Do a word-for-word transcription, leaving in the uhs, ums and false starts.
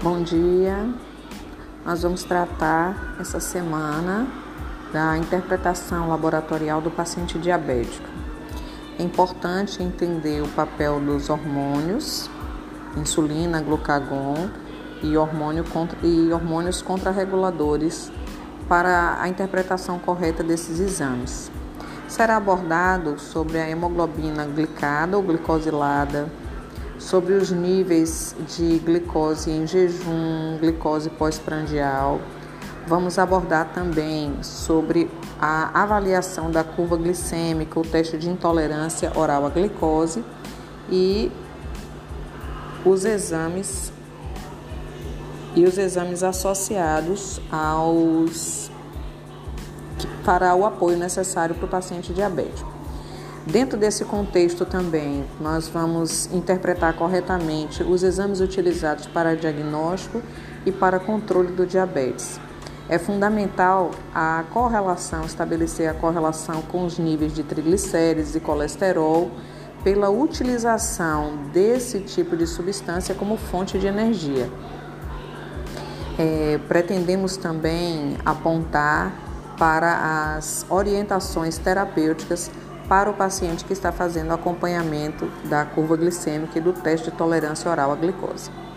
Bom dia, nós vamos tratar essa semana da interpretação laboratorial do paciente diabético. É importante entender o papel dos hormônios, insulina, glucagon e, hormônio contra, e hormônios contrarreguladores para a interpretação correta desses exames. Será abordado sobre a hemoglobina glicada ou glicosilada, sobre os níveis de glicose em jejum, glicose pós-prandial. Vamos abordar também sobre a avaliação da curva glicêmica, o teste de intolerância oral à glicose e os exames e os exames associados aos para o apoio necessário para o paciente diabético. Dentro desse contexto também, nós vamos interpretar corretamente os exames utilizados para diagnóstico e para controle do diabetes. É fundamental a correlação, estabelecer a correlação com os níveis de triglicérides e colesterol pela utilização desse tipo de substância como fonte de energia. É, pretendemos também apontar para as orientações terapêuticas para o paciente que está fazendo acompanhamento da curva glicêmica e do teste de tolerância oral à glicose.